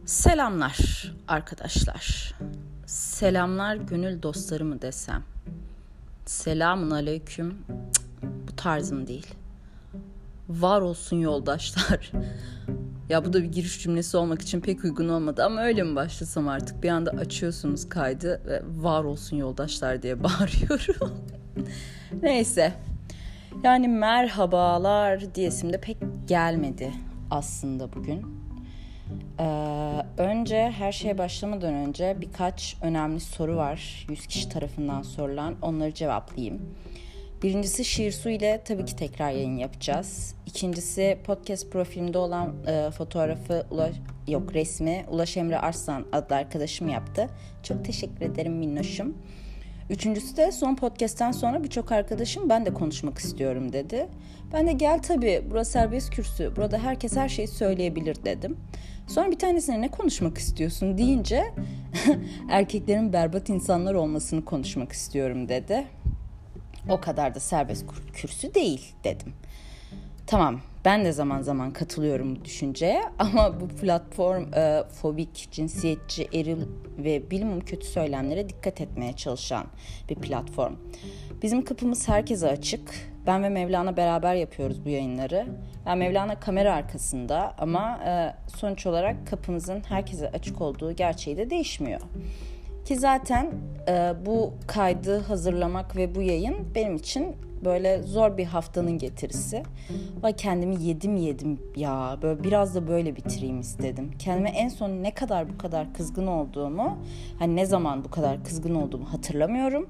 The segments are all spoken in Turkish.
Selamlar arkadaşlar. Selamlar gönül dostları mı desem. Selamun aleyküm. Bu tarzım değil. Var olsun yoldaşlar. Ya bu da bir giriş cümlesi olmak için pek uygun olmadı ama öyle mi başlasam artık? Bir anda açıyorsunuz kaydı ve var olsun yoldaşlar diye bağırıyorum. Neyse. Yani merhabalar diyesim de pek gelmedi aslında bugün. Önce her şeye başlamadan önce birkaç önemli soru var 100 kişi tarafından sorulan, onları cevaplayayım. Birincisi Şiirsu ile tabii ki tekrar yayın yapacağız. İkincisi podcast profilimde olan fotoğrafı resmi Ulaş Emre Arslan adlı arkadaşım yaptı. Çok teşekkür ederim minnoşum. Üçüncüsü de son podcast'ten sonra birçok arkadaşım ben de konuşmak istiyorum dedi. Ben de gel tabii, burası serbest kürsü, burada herkes her şeyi söyleyebilir dedim. Sonra bir tanesine ne konuşmak istiyorsun deyince erkeklerin berbat insanlar olmasını konuşmak istiyorum dedi. O kadar da serbest kürsü değil dedim. Tamam, ben de zaman zaman katılıyorum bu düşünceye ama bu platform fobik, cinsiyetçi, eril ve bilimum kötü söylemlere dikkat etmeye çalışan bir platform. Bizim kapımız herkese açık. Ben ve Mevlana beraber yapıyoruz bu yayınları. Yani Mevlana kamera arkasında ama sonuç olarak kapımızın herkese açık olduğu gerçeği de değişmiyor. Ki zaten bu kaydı hazırlamak ve bu yayın benim için böyle zor bir haftanın getirisi. Vay kendimi yedim ya. Böyle biraz da böyle bitireyim istedim. Kendime en son bu kadar kızgın olduğumu, ne zaman bu kadar kızgın olduğumu hatırlamıyorum.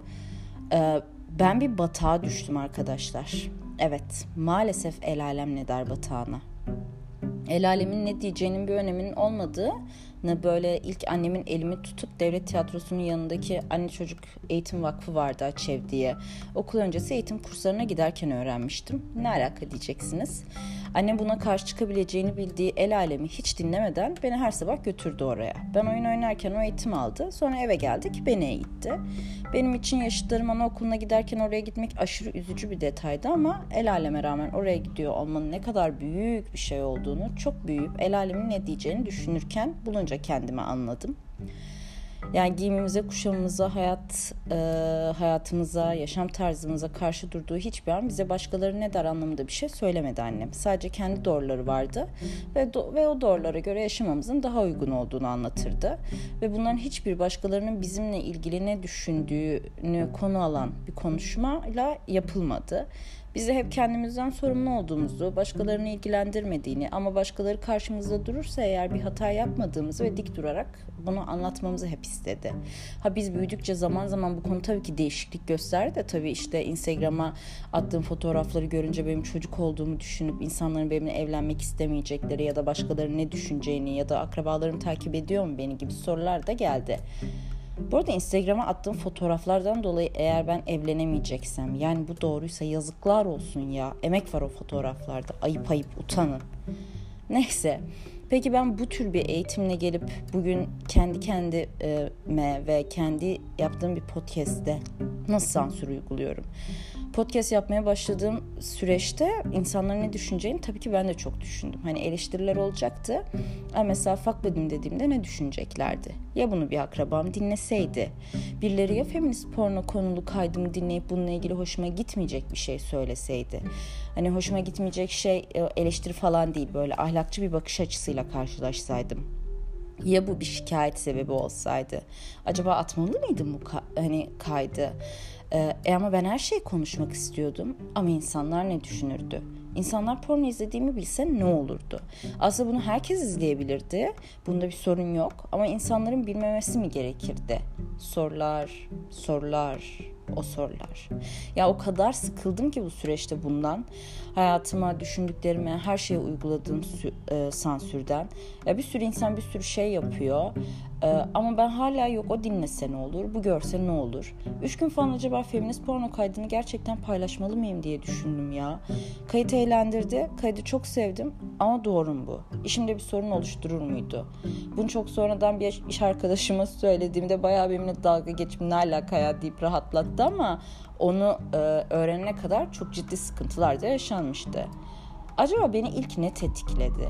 Ben bir batağa düştüm arkadaşlar. Evet, maalesef el alem ne der batağına. El alemin ne diyeceğinin bir öneminin olmadığını böyle ilk annemin elimi tutup devlet tiyatrosunun yanındaki anne çocuk eğitim vakfı vardı Açev diye. Okul öncesi eğitim kurslarına giderken öğrenmiştim. Ne alaka diyeceksiniz. Annem buna karşı çıkabileceğini bildiği el alemi hiç dinlemeden beni her sabah götürdü oraya. Ben oyun oynarken o eğitim aldı. Sonra eve geldik, beni eğitti. Benim için yaşıtlarım anaokuluna giderken oraya gitmek aşırı üzücü bir detaydı ama el aleme rağmen oraya gidiyor olmanın ne kadar büyük bir şey olduğunu, çok büyüyüp el alemin ne diyeceğini düşünürken bulunca kendime anladım. Yani giyimimize, kuşamımıza, hayatımıza, yaşam tarzımıza karşı durduğu hiçbir an bize başkaları ne der anlamında bir şey söylemedi annem. Sadece kendi doğruları vardı ve o doğrulara göre yaşamamızın daha uygun olduğunu anlatırdı. Ve bunların hiçbir başkalarının bizimle ilgili ne düşündüğünü konu alan bir konuşmayla yapılmadı. Bize hep kendimizden sorumlu olduğumuzu, başkalarını ilgilendirmediğini ama başkaları karşımızda durursa eğer bir hata yapmadığımızı ve dik durarak bunu anlatmamızı hep istedi. Biz büyüdükçe zaman zaman bu konu tabii ki değişiklik gösterdi de tabii işte Instagram'a attığım fotoğrafları görünce benim çocuk olduğumu düşünüp insanların benimle evlenmek istemeyecekleri ya da başkaları ne düşüneceğini ya da akrabalarım takip ediyor mu beni gibi sorular da geldi. Bu arada Instagram'a attığım fotoğraflardan dolayı eğer ben evlenemeyeceksem, yani bu doğruysa yazıklar olsun ya. Emek var o fotoğraflarda. Ayıp utanın. Neyse. Peki ben bu tür bir eğitimle gelip bugün kendi kendime ve kendi yaptığım bir podcast'te nasıl sansür uyguluyorum? Podcast yapmaya başladığım süreçte insanların ne düşüneceğini tabii ki ben de çok düşündüm. Eleştiriler olacaktı. Ama mesela fuck buddy'm dediğimde ne düşüneceklerdi? Ya bunu bir akrabam dinleseydi? Birileri ya feminist porno konulu kaydımı dinleyip bununla ilgili hoşuma gitmeyecek bir şey söyleseydi? Hoşuma gitmeyecek şey eleştiri falan değil, böyle ahlakçı bir bakış açısıyla karşılaşsaydım. Ya bu bir şikayet sebebi olsaydı? Acaba atmalı mıydım bu kaydı? Ama ben her şeyi konuşmak istiyordum. Ama insanlar ne düşünürdü? İnsanlar porno izlediğimi bilse ne olurdu? Aslında bunu herkes izleyebilirdi. Bunda bir sorun yok. Ama insanların bilmemesi mi gerekirdi? Sorular. Ya o kadar sıkıldım ki bu süreçte bundan. Hayatıma, düşündüklerime, her şeye uyguladığım sansürden. Ya bir sürü insan bir sürü şey yapıyor. Ama ben hala yok o dinlese ne olur, bu görse ne olur? 3 gün falan acaba feminist porno kaydını gerçekten paylaşmalı mıyım diye düşündüm ya. Kayıt eğlendirdi, kaydı çok sevdim ama doğru mu bu? İşimde bir sorun oluşturur muydu? Bunu çok sonradan bir iş arkadaşıma söylediğimde bayağı benimle dalga geçip ne alaka ya deyip rahatlattı ama onu öğrenene kadar çok ciddi sıkıntılar da yaşanmıştı. Acaba beni ilk ne tetikledi?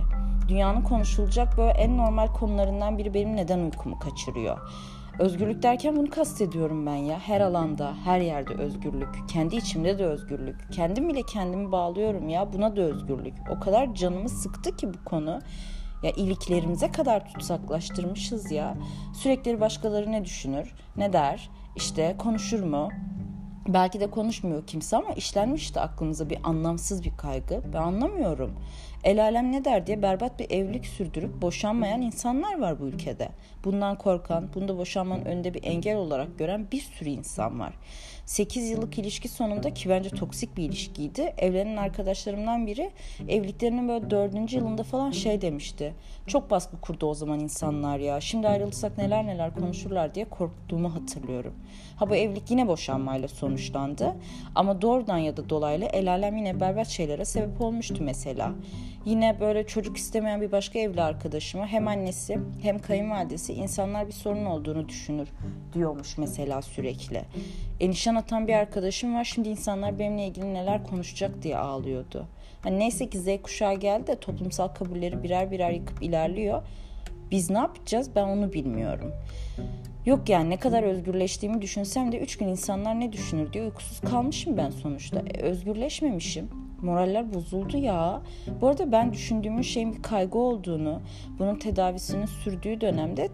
dünyanın konuşulacak böyle en normal konularından biri benim neden uykumu kaçırıyor. Özgürlük derken bunu kastediyorum ben ya. Her alanda, her yerde özgürlük. Kendi içimde de özgürlük. Kendim bile kendimi bağlıyorum ya. Buna da özgürlük. O kadar canımı sıktı ki bu konu. Ya iliklerimize kadar tutsaklaştırmışız ya. Sürekli başkaları ne düşünür, ne der, işte konuşur mu? Belki de konuşmuyor kimse ama işlenmişti aklımıza bir anlamsız bir kaygı. Ben anlamıyorum. El alem ne der diye berbat bir evlilik sürdürüp boşanmayan insanlar var bu ülkede. Bundan korkan, bunu da boşanmanın önünde bir engel olarak gören bir sürü insan var. 8 yıllık ilişki sonunda, ki bence toksik bir ilişkiydi, evlenen arkadaşlarımdan biri evliliklerinin böyle 4. yılında falan şey demişti. Çok baskı kurdu o zaman insanlar ya. Şimdi ayrılırsak neler neler konuşurlar diye korktuğumu hatırlıyorum. Ha, bu evlilik yine boşanmayla sonuçlandı. Ama doğrudan ya da dolaylı el alem yine berbat şeylere sebep olmuştu mesela. Yine böyle çocuk istemeyen bir başka evli arkadaşıma hem annesi hem kayınvalidesi insanlar bir sorun olduğunu düşünür diyormuş mesela sürekli. Nişan atan bir arkadaşım var, şimdi insanlar benimle ilgili neler konuşacak diye ağlıyordu. Hani neyse ki Z kuşağı geldi de toplumsal kabulleri birer birer yıkıp ilerliyor. Biz ne yapacağız ben onu bilmiyorum. Yok yani ne kadar özgürleştiğimi düşünsem de 3 gün insanlar ne düşünür diye uykusuz kalmışım ben sonuçta. Özgürleşmemişim. Moraller bozuldu ya. Bu arada ben düşündüğümün şeyin bir kaygı olduğunu, bunun tedavisinin sürdüğü dönemde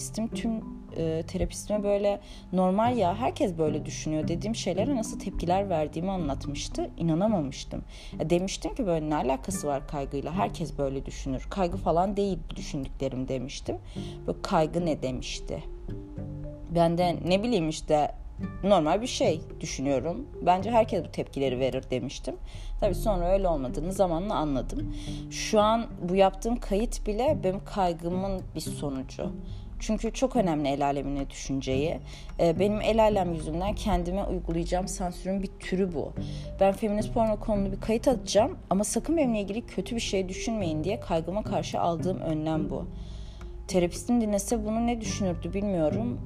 terapistime böyle normal ya herkes böyle düşünüyor dediğim şeylere nasıl tepkiler verdiğimi anlatmıştı. İnanamamıştım. Demiştim ki böyle ne alakası var kaygıyla? Herkes böyle düşünür. Kaygı falan değil düşündüklerim demiştim. Böyle kaygı ne demişti? Ben de ne bileyim işte normal bir şey düşünüyorum. Bence herkes bu tepkileri verir demiştim. Tabii sonra öyle olmadığını zamanla anladım. Şu an bu yaptığım kayıt bile benim kaygımın bir sonucu. Çünkü çok önemli el alemine düşünceyi. Benim el alem yüzünden kendime uygulayacağım sansürün bir türü bu. Ben feminist porno konulu bir kayıt atacağım ama sakın benimle ilgili kötü bir şey düşünmeyin diye kaygıma karşı aldığım önlem bu. Terapistim dinlese bunu ne düşünürdü bilmiyorum.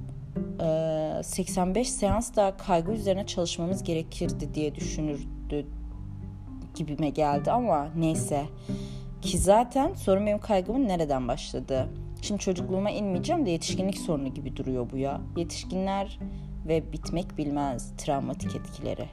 85 seans daha kaygı üzerine çalışmamız gerekirdi diye düşünürdü gibime geldi ama neyse. Ki zaten sorun benim kaygımın nereden başladı. Şimdi çocukluğuma inmeyeceğim de yetişkinlik sorunu gibi duruyor bu ya. Yetişkinler ve bitmek bilmez travmatik etkileri.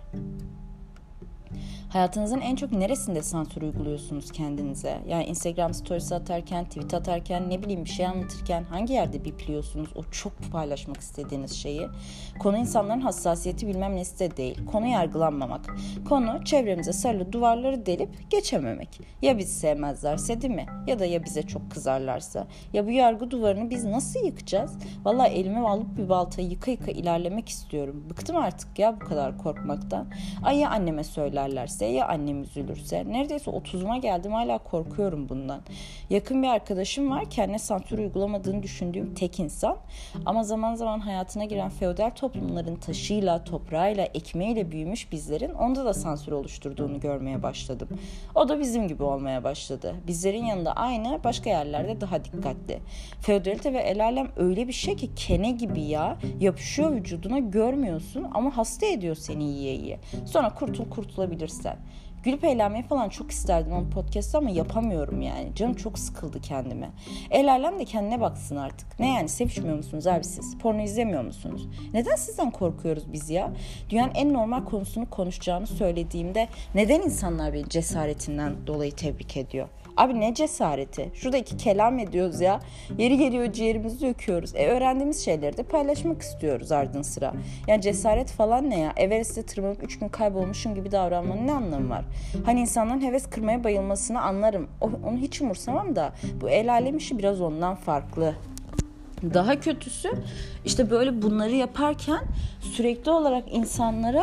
Hayatınızın en çok neresinde sansür uyguluyorsunuz kendinize? Yani Instagram stories atarken, tweet atarken, ne bileyim bir şey anlatırken hangi yerde bipliyorsunuz o çok paylaşmak istediğiniz şeyi? Konu insanların hassasiyeti bilmem nesi de değil. Konu yargılanmamak. Konu çevremize sarılı duvarları delip geçememek. Ya bizi sevmezlerse değil mi? Ya da ya bize çok kızarlarsa? Ya bu yargı duvarını biz nasıl yıkacağız? Vallahi elime alıp bir baltayı yıka yıka ilerlemek istiyorum. Bıktım artık ya bu kadar korkmaktan. Ay ya anneme söylerlerse, ya annem üzülürse. Neredeyse 30'uma geldim hala korkuyorum bundan. Yakın bir arkadaşım var, kendine sansür uygulamadığını düşündüğüm tek insan. Ama zaman zaman hayatına giren feodal toplumların taşıyla, toprağıyla, ekmeğiyle büyümüş bizlerin onda da sansür oluşturduğunu görmeye başladım. O da bizim gibi olmaya başladı. Bizlerin yanında aynı, başka yerlerde daha dikkatli. Feodalite ve el alem öyle bir şey ki kene gibi ya. Yapışıyor vücuduna, görmüyorsun ama hasta ediyor seni yiye yiye. Sonra kurtulabilirsen. Gülüp eğlenmeyi falan çok isterdim onun podcast'ta ama yapamıyorum yani. Canım çok sıkıldı kendime. El alem de kendine baksın artık. Ne yani sevişmiyor musunuz abi siz? Porno izlemiyor musunuz? Neden sizden korkuyoruz biz ya? Dünyanın en normal konusunu konuşacağımı söylediğimde neden insanlar beni cesaretinden dolayı tebrik ediyor? Abi ne cesareti? Şurada 2 kelam ediyoruz ya. Yeri geliyor ciğerimizi döküyoruz. Öğrendiğimiz şeyleri de paylaşmak istiyoruz ardın sıra. Yani cesaret falan ne ya? Everest'te tırmanıp 3 gün kaybolmuşum gibi davranmanın ne anlamı var? Hani insanların heves kırmaya bayılmasını anlarım. Onu hiç umursamam da bu el alem işi biraz ondan farklı. Daha kötüsü işte böyle bunları yaparken sürekli olarak insanlara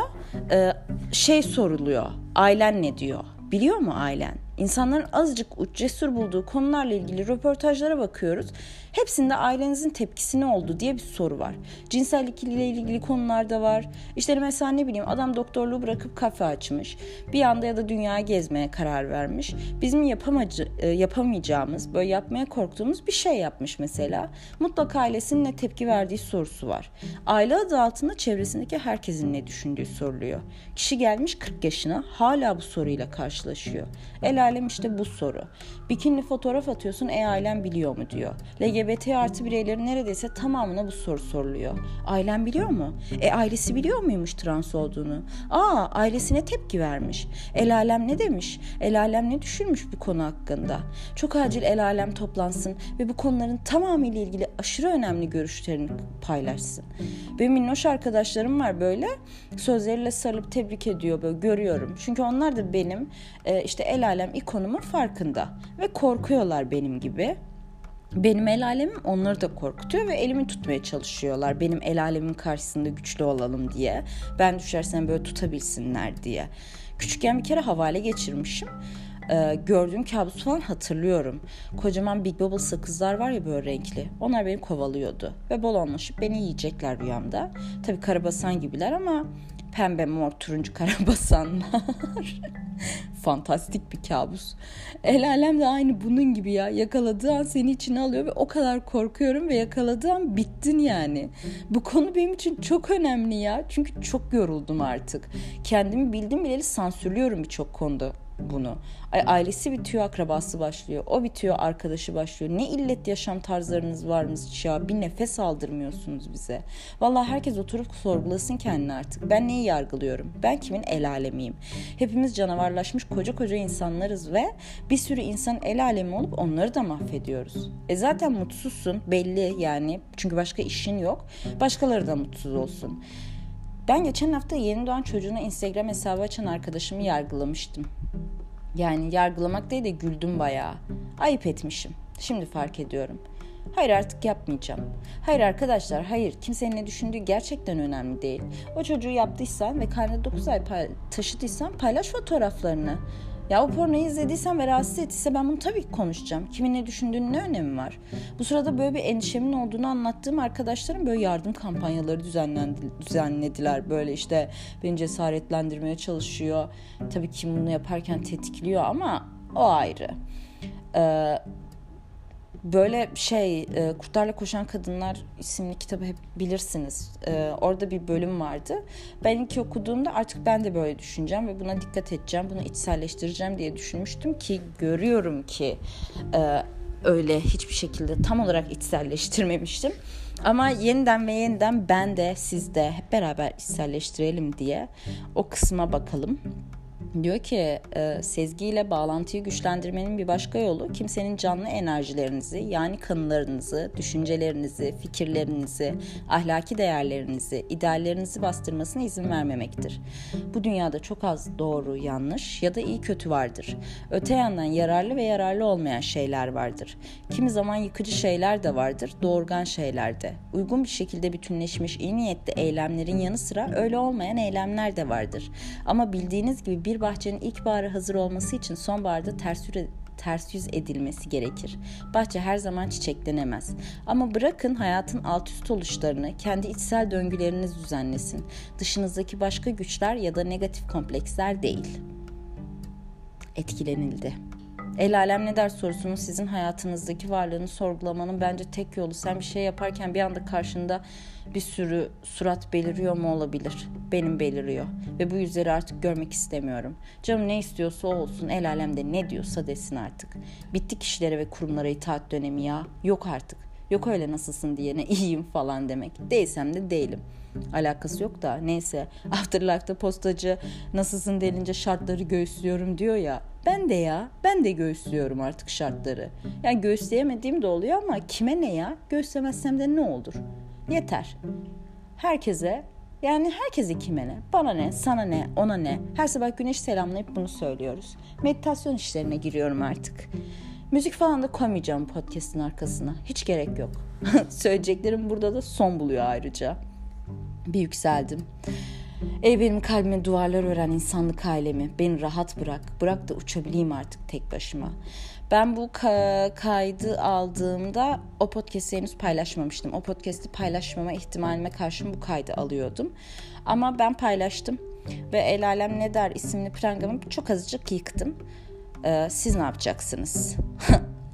şey soruluyor. Ailen ne diyor? Biliyor mu ailen? İnsanların azıcık uç cesur bulduğu konularla ilgili röportajlara bakıyoruz. Hepsinde ailenizin tepkisi ne oldu diye bir soru var. Cinsellik ile ilgili konular da var. İşte mesela ne bileyim adam doktorluğu bırakıp kafe açmış. Bir anda ya da dünyayı gezmeye karar vermiş. Bizim yapamayacağımız, böyle yapmaya korktuğumuz bir şey yapmış mesela. Mutlaka ailesinin ne tepki verdiği sorusu var. Aile adı altında çevresindeki herkesin ne düşündüğü soruluyor. Kişi gelmiş 40 yaşına hala bu soruyla karşılaşıyor. El alem işte bu soru. Bikini fotoğraf atıyorsun, ailen biliyor mu diyor. LGBT artı bireylerin neredeyse tamamına bu soru soruluyor. Ailen biliyor mu? Ailesi biliyor muymuş trans olduğunu? Ailesine tepki vermiş. El alem ne demiş? El alem ne düşünmüş bu konu hakkında? Çok acil el alem toplansın ve bu konuların tamamıyla ilgili aşırı önemli görüşlerini paylaşsın. Benim minnoş arkadaşlarım var böyle, sözleriyle sarılıp tebrik ediyor, böyle görüyorum. Çünkü onlar da benim işte el alem ikonumun farkında ve korkuyorlar benim gibi. Benim el alemim onları da korkutuyor ve elimi tutmaya çalışıyorlar. Benim el alemin karşısında güçlü olalım diye. Ben düşersem böyle tutabilsinler diye. Küçükken bir kere havale geçirmişim. Gördüğüm kabus falan hatırlıyorum. Kocaman Big Bubble sakızlar var ya, böyle renkli. Onlar beni kovalıyordu. Ve balonlaşıp beni yiyecekler rüyamda. Tabii karabasan gibiler ama pembe, mor, turuncu karabasanlar. Fantastik bir kabus. El alem de aynı bunun gibi ya. Yakaladığı an seni içine alıyor ve o kadar korkuyorum ve yakaladığı an bittin yani. Bu konu benim için çok önemli ya. Çünkü çok yoruldum artık. Kendimi bildim bileli sansürlüyorum birçok konuda bunu. Ailesi bitiyor, akrabası başlıyor. O bitiyor, arkadaşı başlıyor. Ne illet yaşam tarzlarınız varmış ya. Bir nefes aldırmıyorsunuz bize. Vallahi herkes oturup sorgulasın kendini artık. Ben neyi yargılıyorum? Ben kimin el alemiyim? Hepimiz canavarlaşmış koca koca insanlarız ve bir sürü insan el alemi olup onları da mahvediyoruz. Zaten mutsuzsun belli yani. Çünkü başka işin yok. Başkaları da mutsuz olsun. Ben geçen hafta yeni doğan çocuğuna Instagram hesabı açan arkadaşımı yargılamıştım. Yani yargılamak değil de güldüm bayağı. Ayıp etmişim. Şimdi fark ediyorum. Hayır, artık yapmayacağım. Hayır arkadaşlar, hayır. Kimsenin ne düşündüğü gerçekten önemli değil. O çocuğu yaptıysan ve karnında 9 ay taşıdıysan paylaş fotoğraflarını. Ya o pornoyu izlediysen ve rahatsız ettiyse ben bunu tabii ki konuşacağım. Kimin ne düşündüğünün ne önemi var? Bu sırada böyle bir endişemin olduğunu anlattığım arkadaşlarım böyle yardım kampanyaları düzenlediler. Böyle işte beni cesaretlendirmeye çalışıyor. Tabii ki bunu yaparken tetikliyor ama o ayrı. Böyle Kurtlarla Koşan Kadınlar isimli kitabı hep bilirsiniz. Orada bir bölüm vardı. Ben ilk okuduğumda artık ben de böyle düşüneceğim ve buna dikkat edeceğim, bunu içselleştireceğim diye düşünmüştüm ki görüyorum ki öyle hiçbir şekilde tam olarak içselleştirmemiştim. Ama yeniden ben de siz de hep beraber içselleştirelim diye o kısma bakalım. Diyor ki sezgiyle bağlantıyı güçlendirmenin bir başka yolu kimsenin canlı enerjilerinizi, yani kanılarınızı, düşüncelerinizi, fikirlerinizi, ahlaki değerlerinizi, ideallerinizi bastırmasına izin vermemektir. Bu dünyada çok az doğru, yanlış ya da iyi kötü vardır. Öte yandan yararlı ve yararlı olmayan şeyler vardır. Kimi zaman yıkıcı şeyler de vardır, doğurgan şeyler de. Uygun bir şekilde bütünleşmiş iyi niyetli eylemlerin yanı sıra öyle olmayan eylemler de vardır. Ama bildiğiniz gibi bir bahçenin ilkbahara hazır olması için sonbaharda ters yüz edilmesi gerekir. Bahçe her zaman çiçeklenemez. Ama bırakın hayatın alt üst oluşlarını, kendi içsel döngüleriniz düzenlesin. Dışınızdaki başka güçler ya da negatif kompleksler değil. Etkilenildi. El alem ne der sorusunun sizin hayatınızdaki varlığını sorgulamanın bence tek yolu, sen bir şey yaparken bir anda karşında bir sürü surat beliriyor mu olabilir? Benim beliriyor ve bu yüzleri artık görmek istemiyorum. Canım ne istiyorsa o olsun, el alem de ne diyorsa desin artık. Bitti kişilere ve kurumlara itaat dönemi ya. Yok artık. Yok öyle nasılsın diyene iyiyim falan demek. Değilsem de değilim. Alakası yok da neyse. Afterlife'da postacı nasılsın denince şartları göğüslüyorum diyor ya. Ben de göğüslüyorum artık şartları. Yani göğüsleyemediğim de oluyor ama kime ne ya? Göğüslemezsem de ne olur? Yeter. Herkese kime ne? Bana ne? Sana ne? Ona ne? Her sabah güneş selamlayıp bunu söylüyoruz. Meditasyon işlerine giriyorum artık. Müzik falan da koymayacağım podcast'in arkasına. Hiç gerek yok. Söyleyeceklerim burada da son buluyor ayrıca. Bir yükseldim. Ey benim kalbime duvarlar ören insanlık ailemi, beni rahat bırak. Bırak da uçabileyim artık tek başıma. Ben bu kaydı aldığımda o podcast'i henüz paylaşmamıştım. O podcast'i paylaşmama ihtimalime karşın bu kaydı alıyordum. Ama ben paylaştım ve El Alem Ne Der isimli prangamı çok azıcık yıktım. Siz ne yapacaksınız?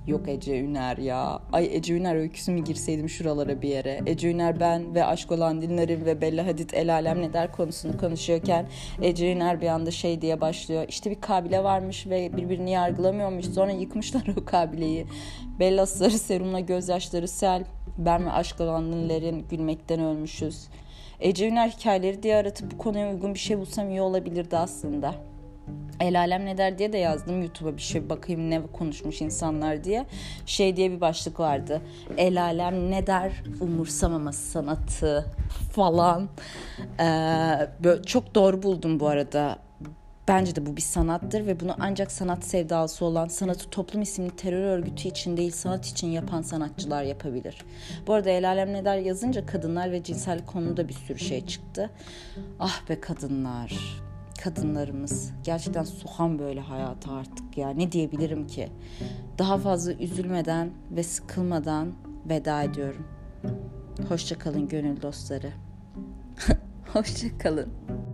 Yok Ece Üner ya. Ay Ece Üner öyküsü mü girseydim şuralara bir yere. Ece Üner ben ve Aşk Olan Dinlerim ve Bella Hadid El Alem Ne Der konusunu konuşuyorken Ece Üner bir anda şey diye başlıyor. İşte bir kabile varmış ve birbirini yargılamıyormuş. Sonra yıkmışlar o kabileyi. Bella sarı serumla gözyaşları sel. Ben ve Aşk Olan Dinlerin gülmekten ölmüşüz. Ece Üner hikayeleri diye aratıp bu konuya uygun bir şey bulsam iyi olabilirdi aslında. El Alem Ne Der diye de yazdım YouTube'a, bir şey bakayım ne konuşmuş insanlar diye. Şey diye bir başlık vardı. El Alem Ne Der umursamaması sanatı falan. Böyle çok doğru buldum bu arada. Bence de bu bir sanattır ve bunu ancak sanat sevdalısı olan, sanatı toplum isimli terör örgütü için değil sanat için yapan sanatçılar yapabilir. Bu arada El Alem Ne Der yazınca kadınlar ve cinsellik konuda bir sürü şey çıktı. Ah be kadınlar. Kadınlarımız gerçekten soğan böyle hayata artık ya, ne diyebilirim ki? Daha fazla üzülmeden ve sıkılmadan veda ediyorum. Hoşça kalın gönül dostları. Hoşça kalın.